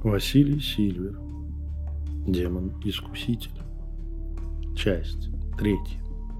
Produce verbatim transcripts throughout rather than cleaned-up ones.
Василий Сильвер. Демон-искуситель. Часть третья.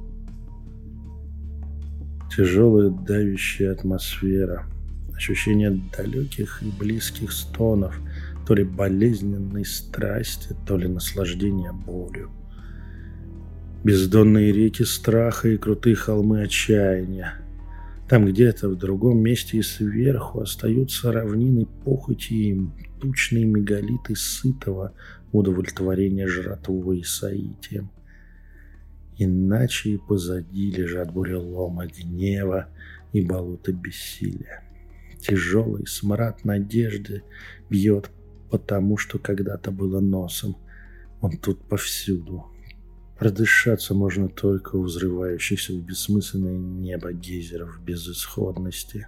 Тяжелая давящая атмосфера. Ощущение далеких и близких стонов, то ли болезненной страсти, то ли наслаждения болью. Бездонные реки страха и крутые холмы отчаяния. Там где-то в другом месте и сверху остаются равнины похоти и тучные мегалиты сытого удовлетворения жратвой и соитием. Иначе и позади лежат буреломы гнева и болото бессилия. Тяжелый смрад надежды бьет потому, что когда-то было носом. Он тут повсюду. Продышаться можно только у взрывающихся в бессмысленное небо гейзеров безысходности.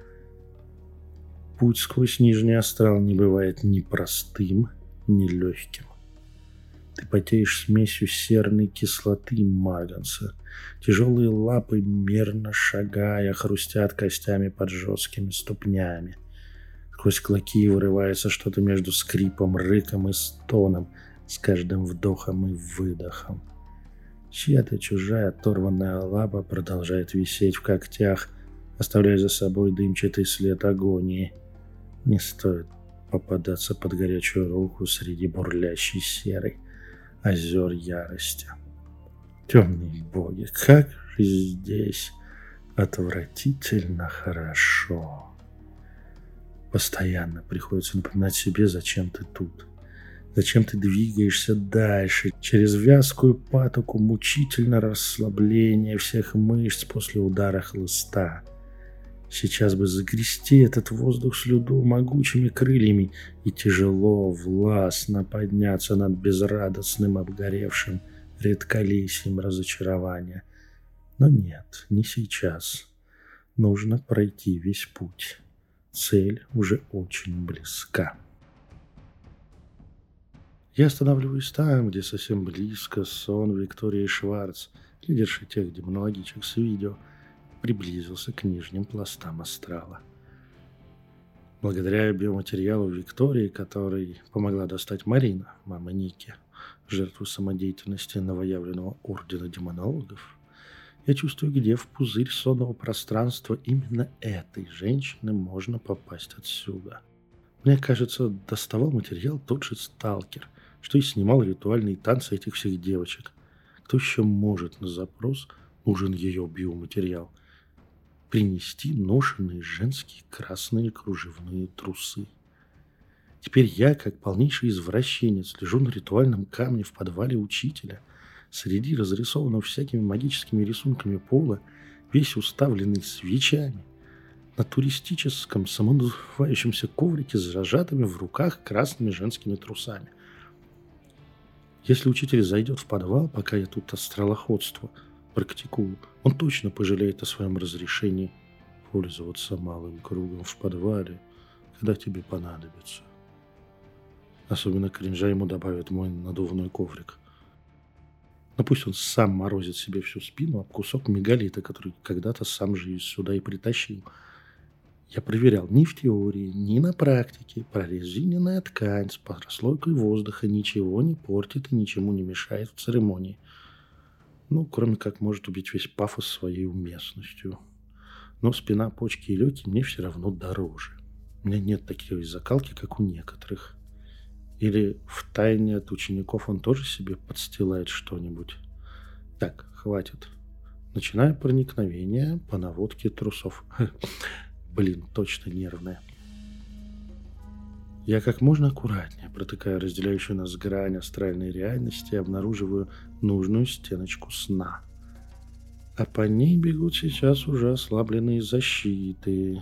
Путь сквозь Нижний Астрал не бывает ни простым, ни легким. Ты потеешь смесью серной кислоты и марганца. Тяжелые лапы, мерно шагая, хрустят костями под жесткими ступнями. Сквозь клоки вырывается что-то между скрипом, рыком и стоном, с каждым вдохом и выдохом. Чья-то чужая оторванная лапа продолжает висеть в когтях, оставляя за собой дымчатый след агонии. Не стоит попадаться под горячую руку среди бурлящей серой озер ярости. Темные боги, как же здесь отвратительно хорошо. Постоянно приходится напоминать себе, зачем ты тут. Зачем ты двигаешься дальше, через вязкую патоку мучительно расслабление всех мышц после удара хлыста. Сейчас бы загрести этот воздух слюду могучими крыльями и тяжело, властно подняться над безрадостным, обгоревшим редколесьем разочарования. Но нет, не сейчас. Нужно пройти весь путь. Цель уже очень близка. Я останавливаюсь там, где совсем близко сон Виктории Шварц, лидерши тех демонологичек с видео, приблизился к нижним пластам астрала. Благодаря биоматериалу Виктории, который помогла достать Марина, мама Ники, жертву самодеятельности новоявленного ордена демонологов, я чувствую, где в пузырь сонного пространства именно этой женщины можно попасть отсюда. Мне кажется, доставал материал тот же сталкер, что и снимал ритуальные танцы этих всех девочек. Кто еще может на запрос, нужен ее биоматериал, принести ношеные женские красные кружевные трусы? Теперь я, как полнейший извращенец, лежу на ритуальном камне в подвале учителя, среди разрисованного всякими магическими рисунками пола, весь уставленный свечами, на туристическом самонадувающемся коврике с зажатыми в руках красными женскими трусами. Если учитель зайдет в подвал, пока я тут астралоходство практикую, он точно пожалеет о своем разрешении пользоваться малым кругом в подвале, когда тебе понадобится. Особенно кринжа ему добавит мой надувной коврик. Но пусть он сам морозит себе всю спину об кусок мегалита, который когда-то сам же сюда и притащил. Я проверял ни в теории, ни на практике. Прорезиненная ткань с прослойкой воздуха ничего не портит и ничему не мешает в церемонии. Ну, кроме как может убить весь пафос своей уместностью. Но спина, почки и легкие мне все равно дороже. У меня нет такой закалки, как у некоторых. Или втайне от учеников он тоже себе подстилает что-нибудь. Так, хватит. Начинаю проникновение по наводке трусов. Блин, точно нервная. Я как можно аккуратнее протыкаю разделяющую нас грань астральной реальности и обнаруживаю нужную стеночку сна. А по ней бегут сейчас уже ослабленные защиты.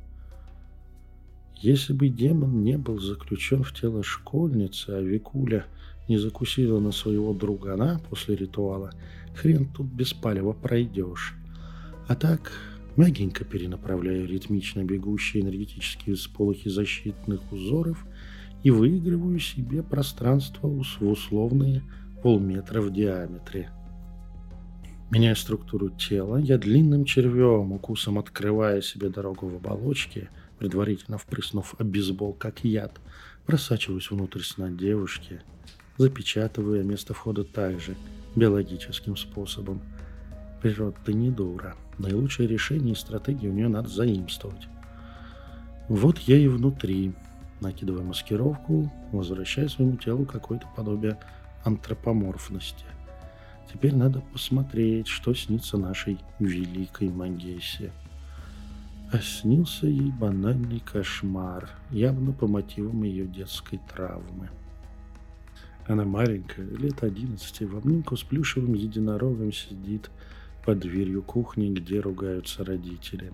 Если бы демон не был заключен в тело школьницы, а Викуля не закусила на своего другана после ритуала, хрен тут без палева пройдешь. А так, мягенько перенаправляю ритмично бегущие энергетические всполохи защитных узоров и выигрываю себе пространство в условные полметра в диаметре. Меняя структуру тела, я длинным червем, укусом открывая себе дорогу в оболочке, предварительно впрыснув обезбол как яд, Просачиваюсь внутрь сна девушки, запечатывая место входа также биологическим способом. Природа-то не дура. Наилучшее решение и стратегии у нее надо заимствовать. Вот я и внутри. Накидывая маскировку, возвращая своему телу какое-то подобие антропоморфности. Теперь надо посмотреть, что снится нашей великой Магессе. А снился ей банальный кошмар, явно по мотивам ее детской травмы. Она маленькая, лет одиннадцати, в обнимку с плюшевым единорогом сидит под дверью кухни, где ругаются родители.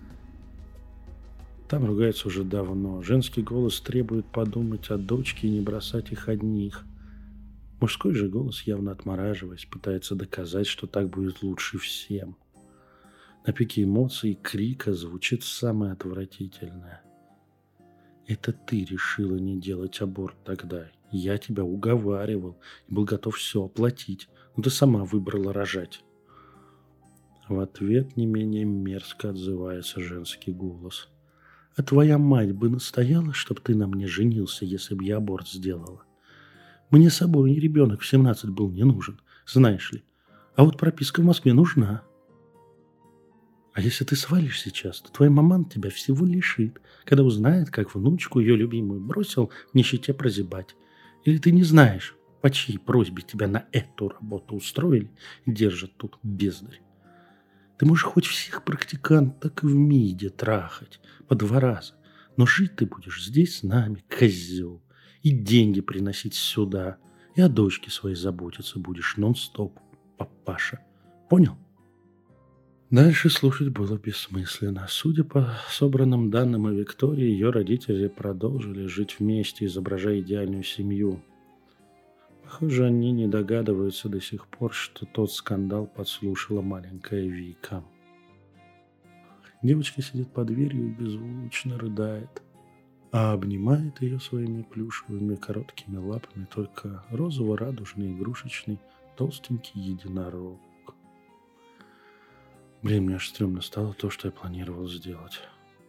Там ругаются уже давно. Женский голос требует подумать о дочке и не бросать их одних. Мужской же голос, явно отмораживаясь, пытается доказать, что так будет лучше всем. На пике эмоций и крика звучит самое отвратительное. Это ты решила не делать аборт тогда. Я тебя уговаривал и был готов все оплатить, но ты сама выбрала рожать. В ответ не менее мерзко отзывается женский голос. А твоя мать бы настояла, чтобы ты на мне женился, если бы я аборт сделала. Мне с собой ребенок в семнадцать был не нужен, знаешь ли. А вот прописка в Москве нужна. А если ты свалишь сейчас, то твоя маман тебя всего лишит, когда узнает, как внучку ее любимую бросил в нищете прозябать. Или ты не знаешь, по чьей просьбе тебя на эту работу устроили и держат тут бездарь. Ты можешь хоть всех практикантов так и в МИДе трахать по два раза, но жить ты будешь здесь с нами, козел, и деньги приносить сюда, и о дочке своей заботиться будешь нон-стоп, папаша. Понял? Дальше слушать было бессмысленно. Судя по собранным данным о Виктории, ее родители продолжили жить вместе, изображая идеальную семью. Похоже, они не догадываются до сих пор, что тот скандал подслушала маленькая Вика. Девочка сидит под дверью и беззвучно рыдает, а обнимает ее своими плюшевыми короткими лапами только розово-радужный игрушечный толстенький единорог. Блин, мне аж стрёмно стало то, что я планировал сделать.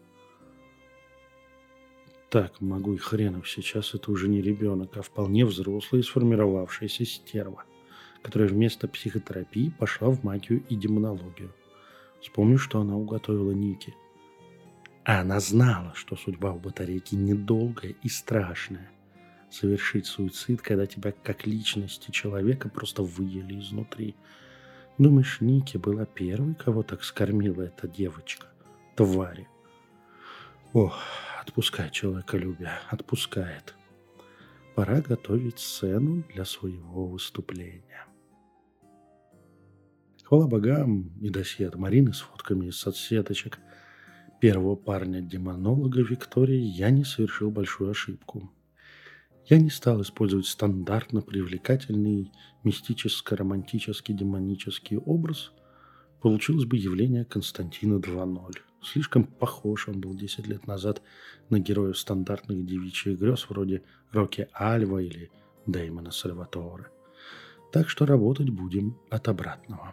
Так, могу и хренов, сейчас это уже не ребенок, а вполне взрослая и сформировавшаяся стерва, которая вместо психотерапии пошла в магию и демонологию. Вспомню, что она уготовила Нике. А она знала, что судьба у батарейки недолгая и страшная. Совершить суицид, когда тебя как личности человека просто выели изнутри. Думаешь, Ники была первой, кого так скормила эта девочка? Твари. Ох, отпускай человеколюбие, отпускает. Пора готовить сцену для своего выступления. Хвала богам, и досье от Марины с фотками из соцсеточек первого парня-демонолога Виктории я не совершил большую ошибку. Я не стал использовать стандартно привлекательный мистическо-романтический демонический образ. Получилось бы явление Константина два ноль. Слишком похож он был десять лет назад на героев стандартных девичьих грез вроде Рокки Альва или Дэймона Сальваторе. Так что работать будем от обратного.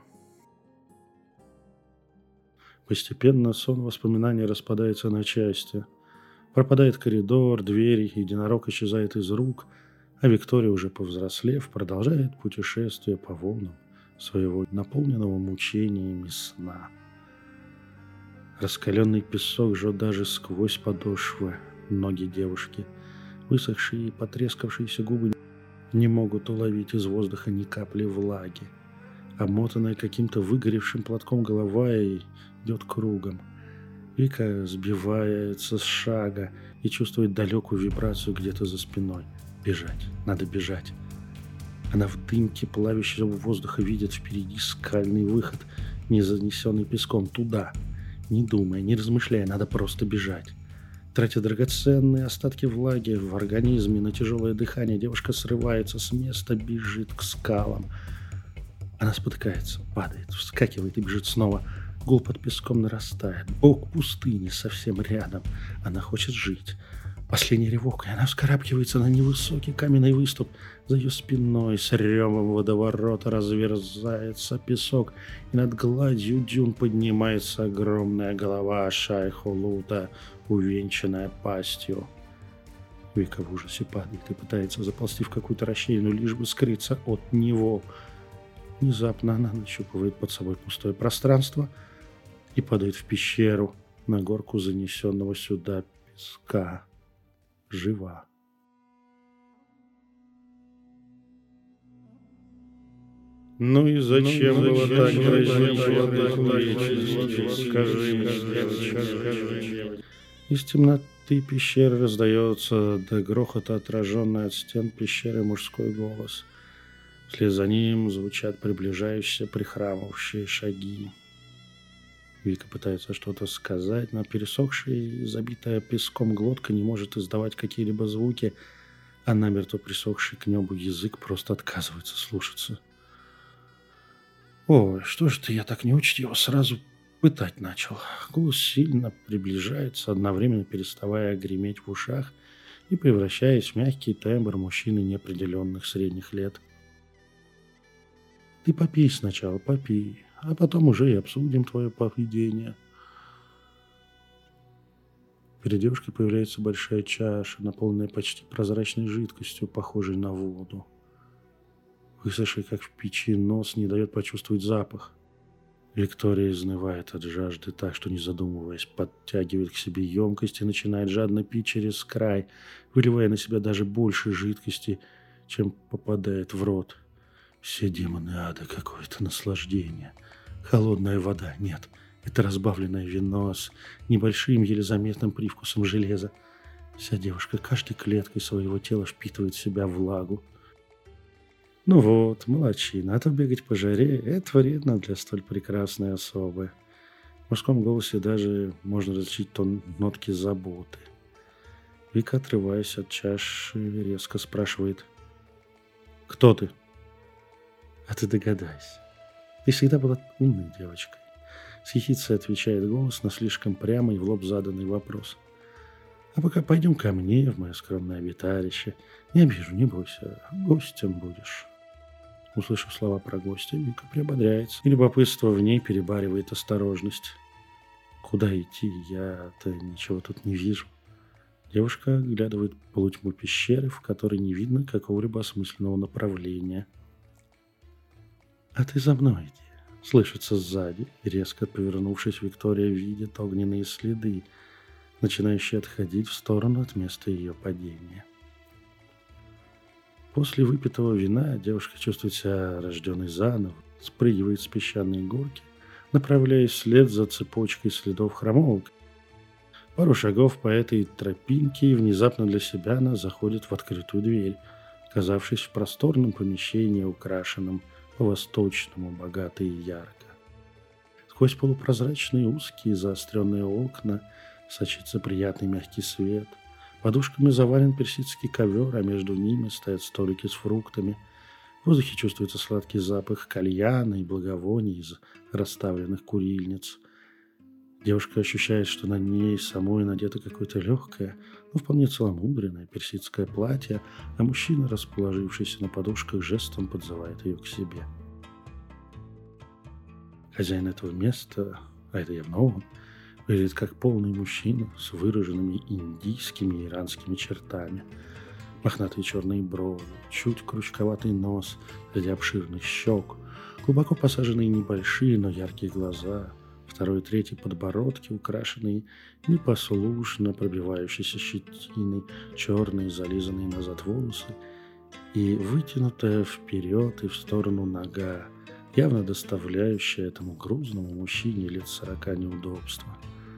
Постепенно сон воспоминаний распадается на части. Пропадает коридор, дверь, единорог исчезает из рук, а Виктория, уже повзрослев, продолжает путешествие по волнам своего наполненного мучениями сна. Раскаленный песок жжет даже сквозь подошвы ноги девушки. Высохшие и потрескавшиеся губы не могут уловить из воздуха ни капли влаги. Обмотанная каким-то выгоревшим платком голова идет кругом. Вика сбивается с шага и чувствует далекую вибрацию где-то за спиной. Бежать, надо бежать. Она в дымке плавящего воздуха видит впереди скальный выход, не занесенный песком, туда. Не думая, не размышляя, надо просто бежать. Тратя драгоценные остатки влаги в организме на тяжелое дыхание, девушка срывается с места, бежит к скалам. Она спотыкается, падает, вскакивает и бежит снова. Гул под песком нарастает. Бог пустыни совсем рядом. Она хочет жить. Последний рывок, и она вскарабкивается на невысокий каменный выступ. За ее спиной с ревом водоворота разверзается песок, и над гладью дюн поднимается огромная голова Шайхулута, увенчанная пастью. Вика в ужасе падает и пытается заползти в какую-то расщелину, лишь бы скрыться от него. Внезапно она нащупывает под собой пустое пространство и падает в пещеру на горку занесенного сюда песка. Жива. Ну и зачем было так дразнить владыку вечности? Скажи мне. Из темноты пещеры раздается до грохота отраженный от стен пещеры мужской голос. Вслед за ним звучат приближающиеся прихрамывающие шаги. Вика пытается что-то сказать, но пересохшая и забитая песком глотка не может издавать какие-либо звуки, а намертво присохший к небу язык просто отказывается слушаться. Ой, что ж ты, я так неучтиво сразу пытать начал. Голос сильно приближается, одновременно переставая греметь в ушах и превращаясь в мягкий тембр мужчины неопределенных средних лет. Ты попей сначала, попей, а потом уже и обсудим твое поведение. Перед девушкой появляется большая чаша, наполненная почти прозрачной жидкостью, похожей на воду. Высохший, как в печи, нос не дает почувствовать запах. Виктория изнывает от жажды так, что, не задумываясь, подтягивает к себе емкость и начинает жадно пить через край, выливая на себя даже больше жидкости, чем попадает в рот. Все демоны ада, какое-то наслаждение. Холодная вода, нет, это разбавленное вино с небольшим, еле заметным привкусом железа. Вся девушка каждой клеткой своего тела впитывает в себя влагу. Ну вот, молодчина, а то бегать по жаре – это вредно для столь прекрасной особы. В мужском голосе даже можно различить тон нотки заботы. Вика, отрываясь от чаши, резко спрашивает: «Кто ты?» «А ты догадайся. Ты всегда была умной девочкой». С ехицей отвечает голос на слишком прямый в лоб заданный вопрос. «А пока пойдем ко мне, в мое скромное обиталище. Не обижу, не бойся, гостем будешь». Услышав слова про гостя, Вика приободряется, и любопытство в ней перебаривает осторожность. «Куда идти? Я-то ничего тут не вижу». Девушка оглядывает полутьму пещеры, в которой не видно какого-либо осмысленного направления. «А ты за мной иди», — слышится сзади, и резко повернувшись, Виктория видит огненные следы, начинающие отходить в сторону от места ее падения. После выпитого вина девушка чувствует себя рожденной заново, спрыгивает с песчаной горки, направляясь вслед за цепочкой следов хромовок. Пару шагов по этой тропинке, и внезапно для себя она заходит в открытую дверь, оказавшись в просторном помещении, украшенном по-восточному богато и ярко. Сквозь полупрозрачные узкие заостренные окна сочится приятный мягкий свет. Подушками завален персидский ковер, а между ними стоят столики с фруктами. В воздухе чувствуется сладкий запах кальяна и благовоний из расставленных курильниц. Девушка ощущает, что на ней самой надето какое-то легкое, но вполне целомудренное персидское платье, а мужчина, расположившийся на подушках, жестом подзывает ее к себе. Хозяин этого места, а это явно он, выглядит как полный мужчина с выраженными индийскими и иранскими чертами. Мохнатые черные брови, чуть крючковатый нос среди обширных щек, глубоко посаженные небольшие, но яркие глаза, второй и третий подбородки, украшенные непослушно пробивающейся щетиной, черные зализанные назад волосы и вытянутая вперед и в сторону нога, явно доставляющая этому грузному мужчине лет сорока неудобства.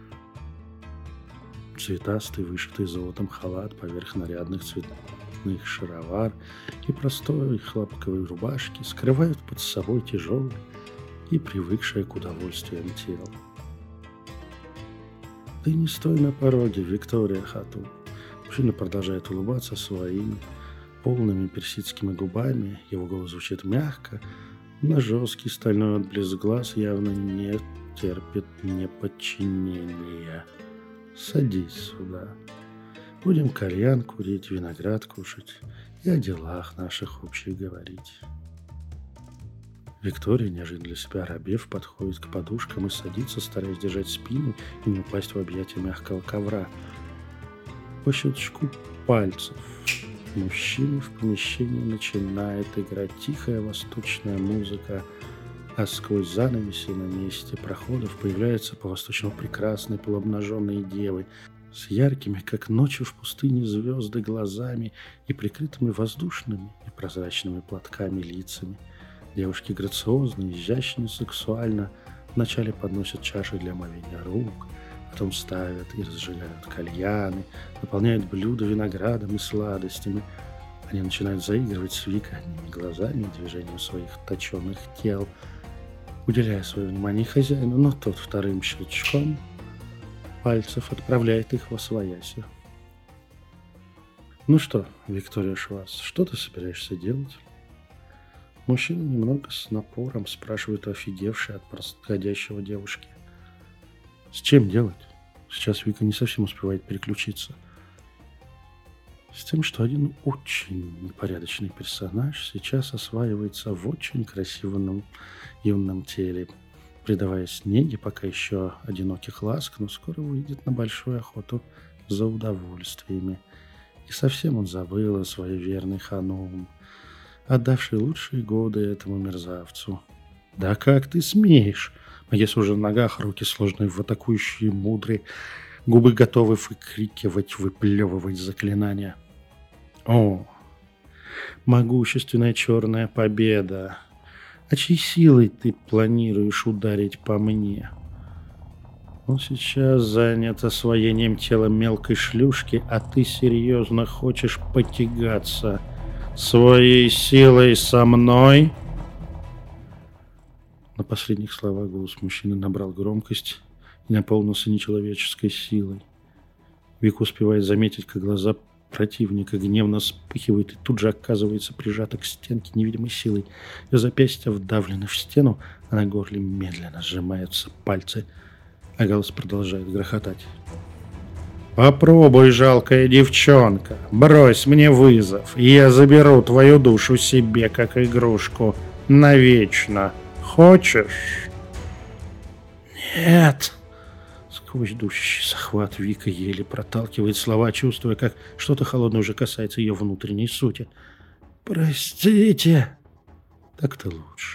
Цветастый, вышитый золотом халат поверх нарядных цветных шаровар и простой хлопковой рубашки скрывают под собой тяжелый и привыкшее к удовольствиям тело. «Ты не стой на пороге, Виктория Хатун». Мужчина продолжает улыбаться своими полными персидскими губами. Его голос звучит мягко, но жесткий стальной отблеск глаз явно не терпит неподчинения. «Садись сюда. Будем кальян курить, виноград кушать и о делах наших общих говорить». Виктория, неожиданно для себя оробев, подходит к подушкам и садится, стараясь держать спину и не упасть в объятия мягкого ковра. По щелчку пальцев мужчины в помещении начинает играть тихая восточная музыка, а сквозь занавеси на месте проходов появляются по-восточному прекрасные полуобнаженные девы с яркими, как ночью в пустыне, звезды глазами и прикрытыми воздушными и прозрачными платками лицами. Девушки грациозно, изящно, сексуально вначале подносят чаши для омовения рук, потом ставят и разжигают кальяны, наполняют блюда виноградом и сладостями. Они начинают заигрывать с Викой одними глазами и движением своих точенных тел, уделяя свое внимание хозяину, но тот вторым щелчком пальцев отправляет их восвояси. «Ну что, Виктория Шварц, что ты собираешься делать?» Мужчина немного с напором спрашивает офигевшей от происходящего девушки. «С чем делать?» Сейчас Вика не совсем успевает переключиться. С тем, что один очень непорядочный персонаж сейчас осваивается в очень красивом юном теле, предаваясь неге пока еще одиноких ласк, но скоро выйдет на большую охоту за удовольствиями. И совсем он забыл о своей верной ханум, отдавшей лучшие годы этому мерзавцу. «Да как ты смеешь?» А если уже в ногах, руки сложные в атакующие, мудрые, губы готовы выкрикивать, выплевывать заклинания. О, могущественная черная победа! А чьей силой ты планируешь ударить по мне? Он сейчас занят освоением тела мелкой шлюшки, а ты серьезно хочешь потягаться своей силой со мной? На последних словах голос мужчины набрал громкость и наполнился нечеловеческой силой. Вика успевает заметить, как глаза противника гневно вспыхивают и тут же оказывается прижата к стенке невидимой силой. Ее запястья вдавлены в стену, а на горле медленно сжимаются пальцы, а голос продолжает грохотать. «Попробуй, жалкая девчонка, брось мне вызов, и я заберу твою душу себе как игрушку навечно. Хочешь?» «Нет!» Сквозь душащий захват Вика еле проталкивает слова, чувствуя, как что-то холодное уже касается ее внутренней сути. «Простите!» «Так-то лучше».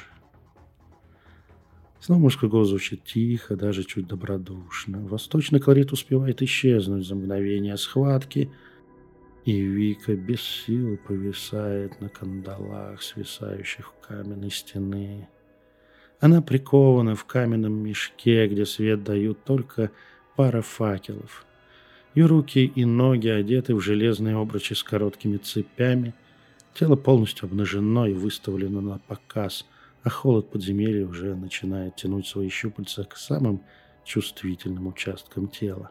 Снова мужской голос звучит тихо, даже чуть добродушно. Восточный колорит успевает исчезнуть за мгновение схватки, и Вика без сил повисает на кандалах, свисающих у каменной стены. Она прикована в каменном мешке, где свет дают только пара факелов. Ее руки и ноги одеты в железные обручи с короткими цепями. Тело полностью обнажено и выставлено на показ, а холод подземелья уже начинает тянуть свои щупальца к самым чувствительным участкам тела.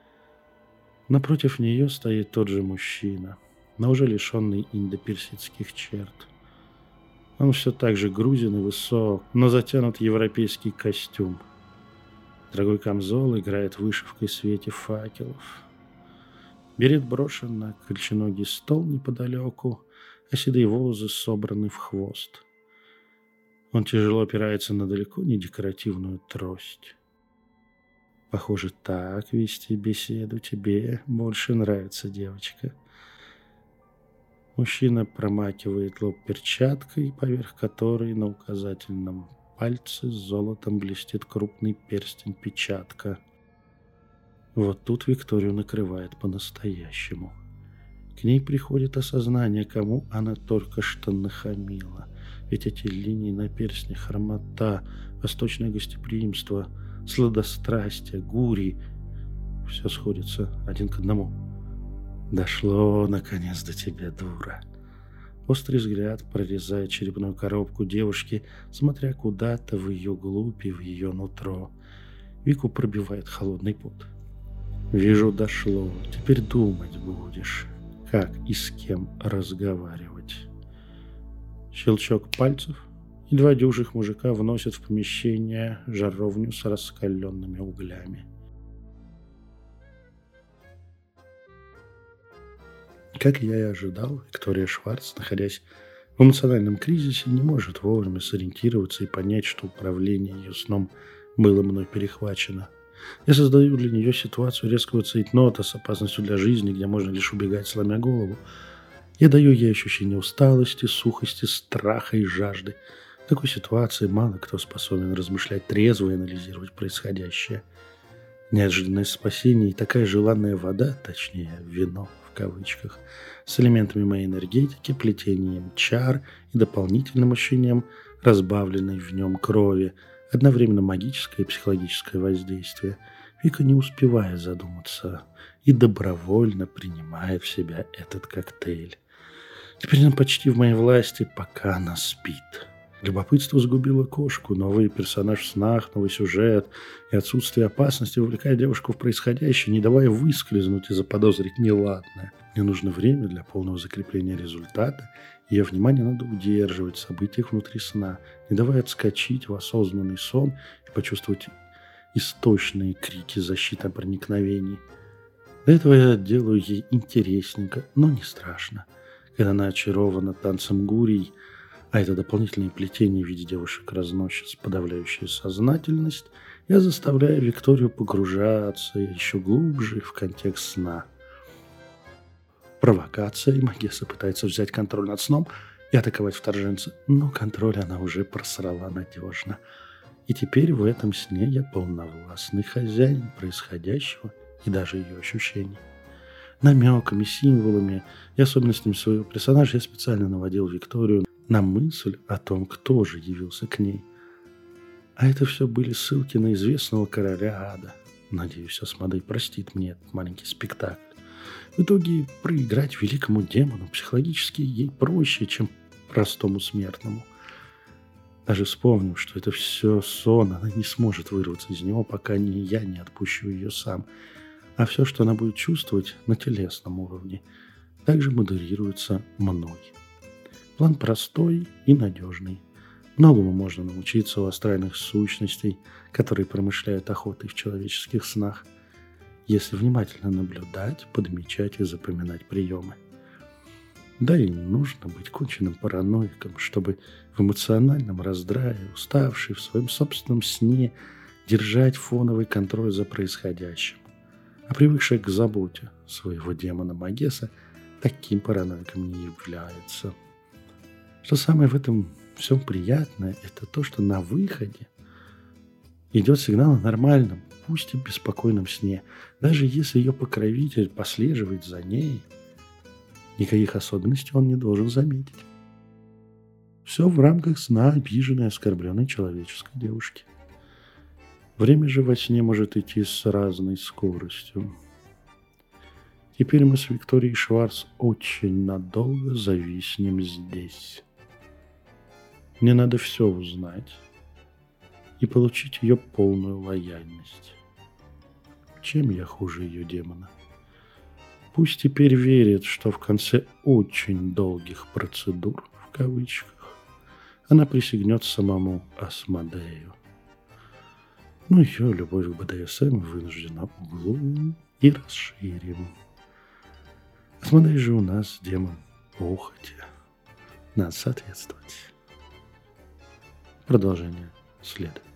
Напротив нее стоит тот же мужчина, но уже лишенный индоперсидских черт. Он все так же грузен и высок, но затянут в европейский костюм. Дорогой камзол играет вышивкой в свете факелов. Берет брошен на колченогий стол неподалеку, а седые волосы собраны в хвост. Он тяжело опирается на далеко не декоративную трость. Похоже, так вести беседу тебе больше нравится, девочка. Мужчина промакивает лоб перчаткой, поверх которой на указательном пальце с золотом блестит крупный перстень-печатка. Вот тут Викторию накрывает по-настоящему. К ней приходит осознание, кому она только что нахамила. Ведь эти линии на перстне, хромота, восточное гостеприимство, сладострастие, гури — все сходится один к одному. Дошло, наконец, до тебя, дура. Острый взгляд прорезает черепную коробку девушки, смотря куда-то в ее глубь и в ее нутро. Вику пробивает холодный пот. Вижу, дошло. Теперь думать будешь, как и с кем разговаривать. Щелчок пальцев, и два дюжих мужика вносят в помещение жаровню с раскаленными углями. Как я и ожидал, Виктория Шварц, находясь в эмоциональном кризисе, не может вовремя сориентироваться и понять, что управление ее сном было мной перехвачено. Я создаю для нее ситуацию резкого цейтнота с опасностью для жизни, где можно лишь убегать, сломя голову. Я даю ей ощущение усталости, сухости, страха и жажды. В такой ситуации мало кто способен размышлять трезво и анализировать происходящее. Неожиданное спасение и такая желанная вода, точнее вино в кавычках, с элементами моей энергетики, плетением чар и дополнительным ощущением разбавленной в нем крови, одновременно магическое и психологическое воздействие. Вика не успевая задуматься и добровольно принимает в себя этот коктейль. Теперь она почти в моей власти, пока она спит. Любопытство сгубило кошку, новый персонаж в снах, новый сюжет и отсутствие опасности вовлекает девушку в происходящее, не давая выскользнуть и заподозрить неладное. Мне нужно время для полного закрепления результата, и ее внимание надо удерживать в событиях внутри сна, не давая отскочить в осознанный сон и почувствовать истошные крики защиты от проникновений. Для этого я делаю ей интересненько, но не страшно. Когда она очарована танцем гурий, а это дополнительные плетения в виде девушек-разносчиц, подавляющие сознательность, я заставляю Викторию погружаться еще глубже в контекст сна. Провокация, и Магесса пытается взять контроль над сном и атаковать вторженца, но контроль она уже просрала надежно. И теперь в этом сне я полновластный хозяин происходящего и даже ее ощущений. Намеками, символами и особенностями своего персонажа я специально наводил Викторию на мысль о том, кто же явился к ней. А это все были ссылки на известного короля ада. Надеюсь, Асмодей простит мне этот маленький спектакль. В итоге проиграть великому демону психологически ей проще, чем простому смертному. Даже вспомнив, что это все сон, она не сможет вырваться из него, пока не я не отпущу ее сам. А все, что она будет чувствовать на телесном уровне, также модерируется мной. План простой и надежный. Многому можно научиться у астральных сущностей, которые промышляют охотой в человеческих снах, если внимательно наблюдать, подмечать и запоминать приемы. Да и нужно быть конченным параноиком, чтобы в эмоциональном раздрае, уставший в своем собственном сне, держать фоновый контроль за происходящим. А привыкший к заботе своего демона Магесса таким параноиком не является. Что самое в этом всем приятное, это то, что на выходе идет сигнал о нормальном, пусть и беспокойном сне. Даже если ее покровитель послеживает за ней, никаких особенностей он не должен заметить. Все в рамках сна обиженной, оскорбленной человеческой девушки. Время же во сне может идти с разной скоростью. Теперь мы с Викторией Шварц очень надолго зависнем здесь. Мне надо все узнать и получить ее полную лояльность. Чем я хуже ее демона? Пусть теперь верит, что в конце очень долгих процедур, в кавычках, она присягнет самому Асмодею. Ну, ее любовь к БДСМ вынуждена углубим и расширим. Асмодей же у нас демон похоти. Надо соответствовать. Продолжение следует.